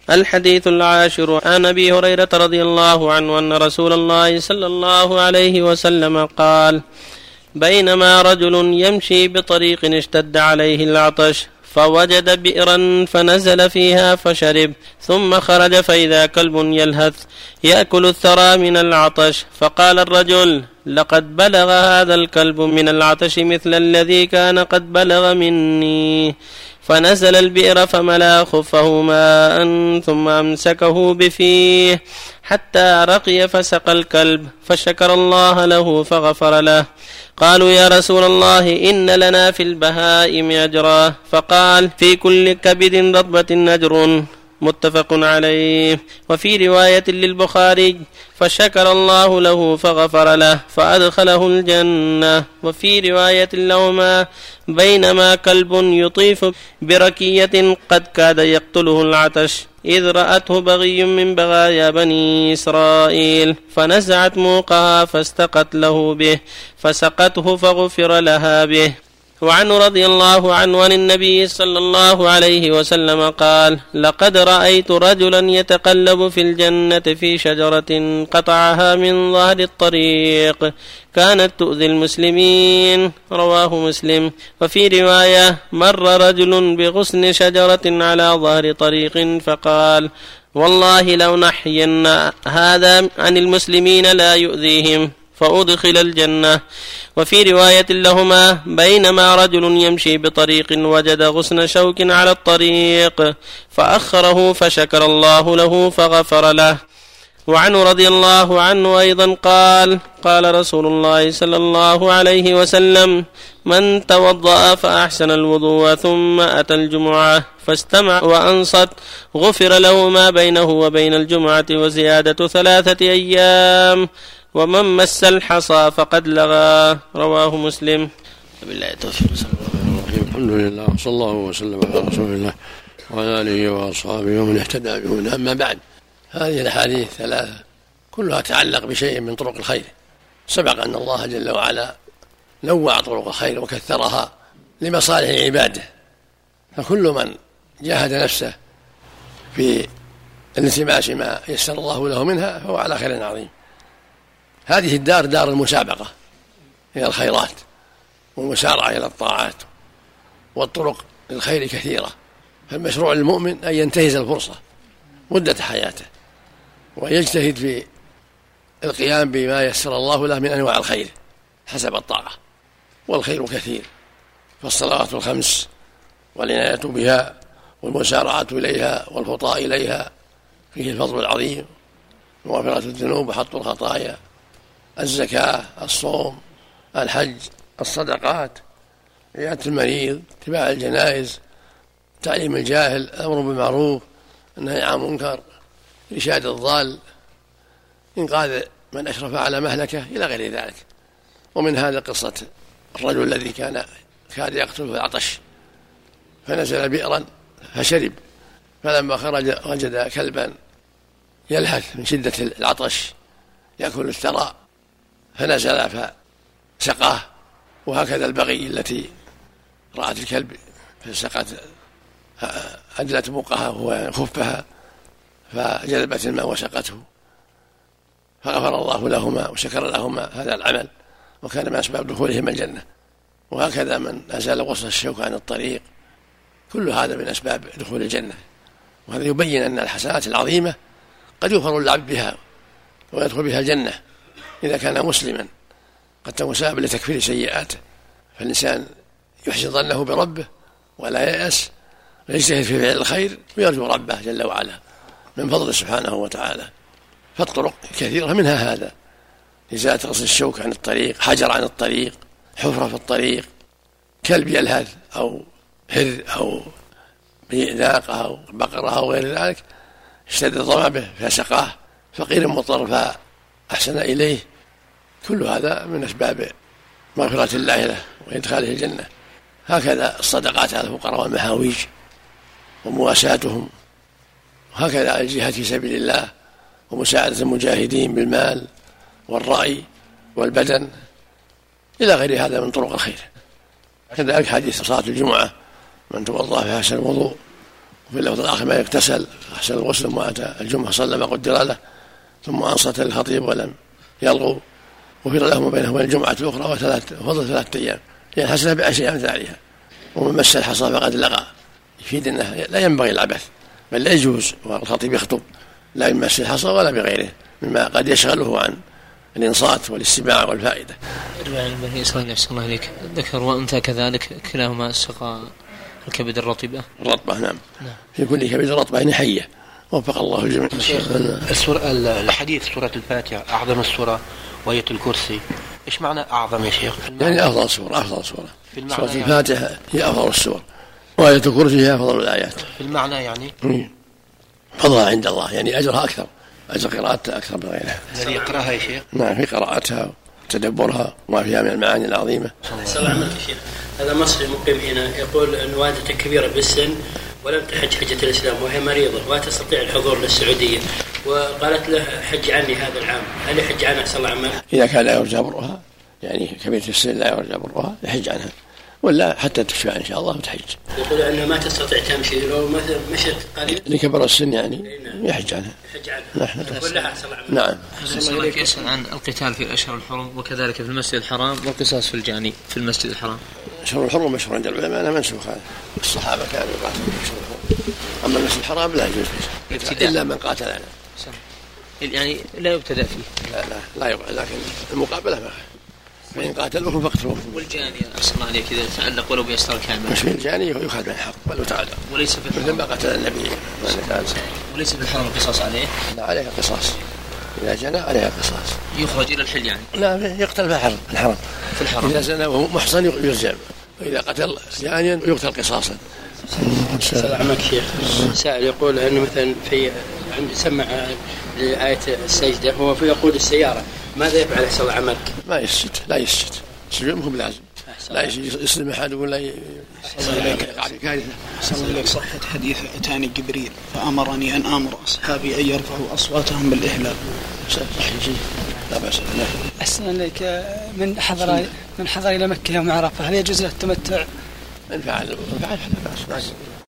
الحديث 10 عن أبي هريرة رضي الله عنه أن رسول الله صلى الله عليه وسلم قال: بينما رجل يمشي بطريق اشتد عليه العطش فوجد بئرا فنزل فيها فشرب، ثم خرج فإذا كلب يلهث يأكل الثرى من العطش، فقال الرجل: لقد بلغ هذا الكلب من العطش مثل الذي كان قد بلغ مني. فنزل البئر فملأ خفه ماء ثم أمسكه بفيه حتى رقي فسقى الكلب، فشكر الله له فغفر له. قالوا: يا رسول الله، إن لنا في البهائم أجرا. فقال: في كل كبد رطبة أجر. متفق عليه. وفي رواية للبخاري: فشكر الله له فغفر له فأدخله الجنة. وفي رواية لهما: بينما كلب يطيف بركية قد كاد يقتله العطش إذ رأته بغي من بغايا بني إسرائيل فنزعت موقها فاستقت له به فسقته فغفر لها به. وعنه رضي الله عنه عن النبي صلى الله عليه وسلم قال: لقد رأيت رجلا يتقلب في الجنة في شجرة قطعها من ظهر الطريق كانت تؤذي المسلمين. رواه مسلم. وفي رواية: مر رجل بغصن شجرة على ظهر طريق فقال: والله لو نحين هذا عن المسلمين لا يؤذيهم، فأدخل الجنة. وفي رواية لهما: بينما رجل يمشي بطريق وجد غصن شوك على الطريق فأخره فشكر الله له فغفر له. وعنه رضي الله عنه أيضا قال: قال رسول الله صلى الله عليه وسلم: من توضأ فأحسن الوضوء ثم أتى الجمعة فاستمع وأنصت غفر له ما بينه وبين الجمعة وزيادة 3 أيام، ومن مس الحصى فقد لغى. رواه مسلم. بالله التوفيق. الحمد لله صلى الله وسلم على رسول الله وعلى آله وأصحابه ومن اهتدى بهداه. أما بعد، هذه الأحاديث 3 كلها تتعلق بشيء من طرق الخير. سبق أن الله جل وعلا نوع طرق الخير وكثرها لمصالح عباده، فكل من جاهد نفسه في الالتماس ما يسر الله له منها فهو على خير عظيم. هذه الدار دار المسابقة إلى الخيرات والمسارعة إلى الطاعات، والطرق للخير كثيرة، فالمشروع للمؤمن أن ينتهز الفرصة مدة حياته ويجتهد في القيام بما يسر الله له من أنواع الخير حسب الطاعة، والخير كثير، فالصلوات الخمس والعناية بها والمسارعة إليها والخطى إليها فيه الفضل العظيم، ومغفرة الذنوب وحط الخطايا، الزكاة، الصوم، الحج، الصدقات، عيادة المريض، اتباع الجنائز، تعليم الجاهل، الأمر بالمعروف، النهي عن المنكر، إرشاد الضال، إنقاذ من أشرف على مهلكة إلى غير ذلك. ومن هذا قصة الرجل الذي كان يقتله العطش فنزل بئرا فشرب، فلما خرج وجد كلبا يلهث من شدة العطش يأكل الثرى فنزل فسقاه، وهكذا البغي التي رأت الكلب فسقت أدلت بقها وخفها فجذبت الماء وسقته، فغفر الله لهما وشكر لهما هذا العمل وكان من أسباب دخولهما الجنة. وهكذا من أزال غصن الشوك عن الطريق، كل هذا من أسباب دخول الجنة. وهذا يبين أن الحسنات العظيمة قد يغفر للعبد بها ويدخل بها الجنة إذا كان مسلما قد تكون سبب لتكفير سيئاته. فالإنسان يحسن ظنه بربه ولا ييأس ويجتهد في فعل الخير ويرجو ربه جل وعلا من فضله سبحانه وتعالى. فالطرق كثيرة، منها هذا: إزالة غصن الشوك عن الطريق، حجر عن الطريق، حفرة في الطريق، كلب يلهث أو هر أو ناقة أو بقرة أو غير ذلك اشتد الظمأ به فسقاه، فقير مضطر فأحسن إليه، كل هذا من أسباب مغفرة الله له وإدخاله الجنة. هكذا الصدقات على الفقراء والمحاويج ومواساتهم، وهكذا الجهاد في سبيل الله ومساعدة المجاهدين بالمال والرأي والبدن إلى غير هذا من طرق الخير. كذلك حديث صلاة الجمعة: من توضأ فأحسن الوضوء وفي اللفظ الآخر ما يغتسل أحسن الغسل ثم أتى الجمعة صلى ما قدر له ثم أنصت الخطيب ولم يلغو وفر لهم بينه وبين الجمعة الأخرى وفضل 3 أيام يعني حسنة ب10 أمثالها. ومن مس الحصى فقد لغى يفيد أنه لا ينبغي العبث بل لا يجوز والخطيب يخطب لا بمس الحصى ولا بغيره مما قد يشغله عن الإنصات والاستماع والفائدة. عن بني إسرائيل أحسن الله إليك الذكر وأنثى كذلك كلاهما سقى الكبد الرطبة نعم في كل كبد رطبة يعني حية وفق الله الجميع. الحديث سورة الفاتحة أعظم السورة وآية الكرسي إيش معنى أعظم يا شيخ؟ يعني أفضل سورة سورة الفاتحة هي أفضل السور وآية الكرسي هي أفضل الآيات في المعنى يعني فضلها عند الله يعني أجرها أكثر أجر قراءتها أكثر من غيرها. الذي يقرأها يا شيخ نعم في قراءتها وتدبرها وما فيها من المعاني العظيمة. السلام عليكم شيخ. هذا مصري مقيم هنا يقول أن والدته كبيرة بالسن ولم تحج حجة الإسلام وهي مريضة وتستطيع الحضور للسعودية وقالت له حج عني هذا العام هل يحج عنها صلى الله عليه وسلم؟ إذا كان لا يرجى برها يعني كبيرة السن لا يرجى برها يحج عنها ولا حتى تشفى إن شاء الله وتحج. يقول أنها ما تستطيع تمشي لو مثلا مشت قليل لكبر السن يعني يحج عنها. نعم. نعم. يسأل عن القتال في الأشهر الحرم وكذلك في المسجد الحرام والقصاص في الجاني في المسجد الحرام. أشهر الحرم مشهور عند العلماء أنا منسوخ هذا الصحابة كانوا يقاتلون في أشهر الحرم أما المسجد الحرام لا يجوز فيه إلا من قاتلنا يعني لا يبتدأ فيه لا يقع لكن المقابلة ما فإن قاتلوكم فاقتلوهم. والجاني أحسن الله عليك إذا تعلق ولو بيسر الكامل مش الجاني يؤخذ من الحق بل وتعالى وليس في الحرم مثل ما قتل النبي وليس في الحرم القصاص عليه. لا عليه قصاص إذا جنى عليه قصاص يخرج إلى الحل يعني لا يقتل في الحرم إذا زنى وهو محصن يرجم وإذا قتل جانيا يقتل قصاصا. سلام عليك شيخ. سائل يقول أنه مثلا في عند سمع آية السجدة هو في يقود السيارة ماذا يفعل يحصل الله عملك؟ ما يسجد لا يسجد سجودهم لازم لا يسلم أحد ولا يقع بكارثة. صلى الله صحة حديث أتاني جبريل فأمرني أن آمر أصحابي أن يرفعوا أصواتهم بالإهلال. لا بأس. أحسن لك من حضر إلى مكة يوم عرفة هل يجوز له التمتع؟ من فعل فلا بأس.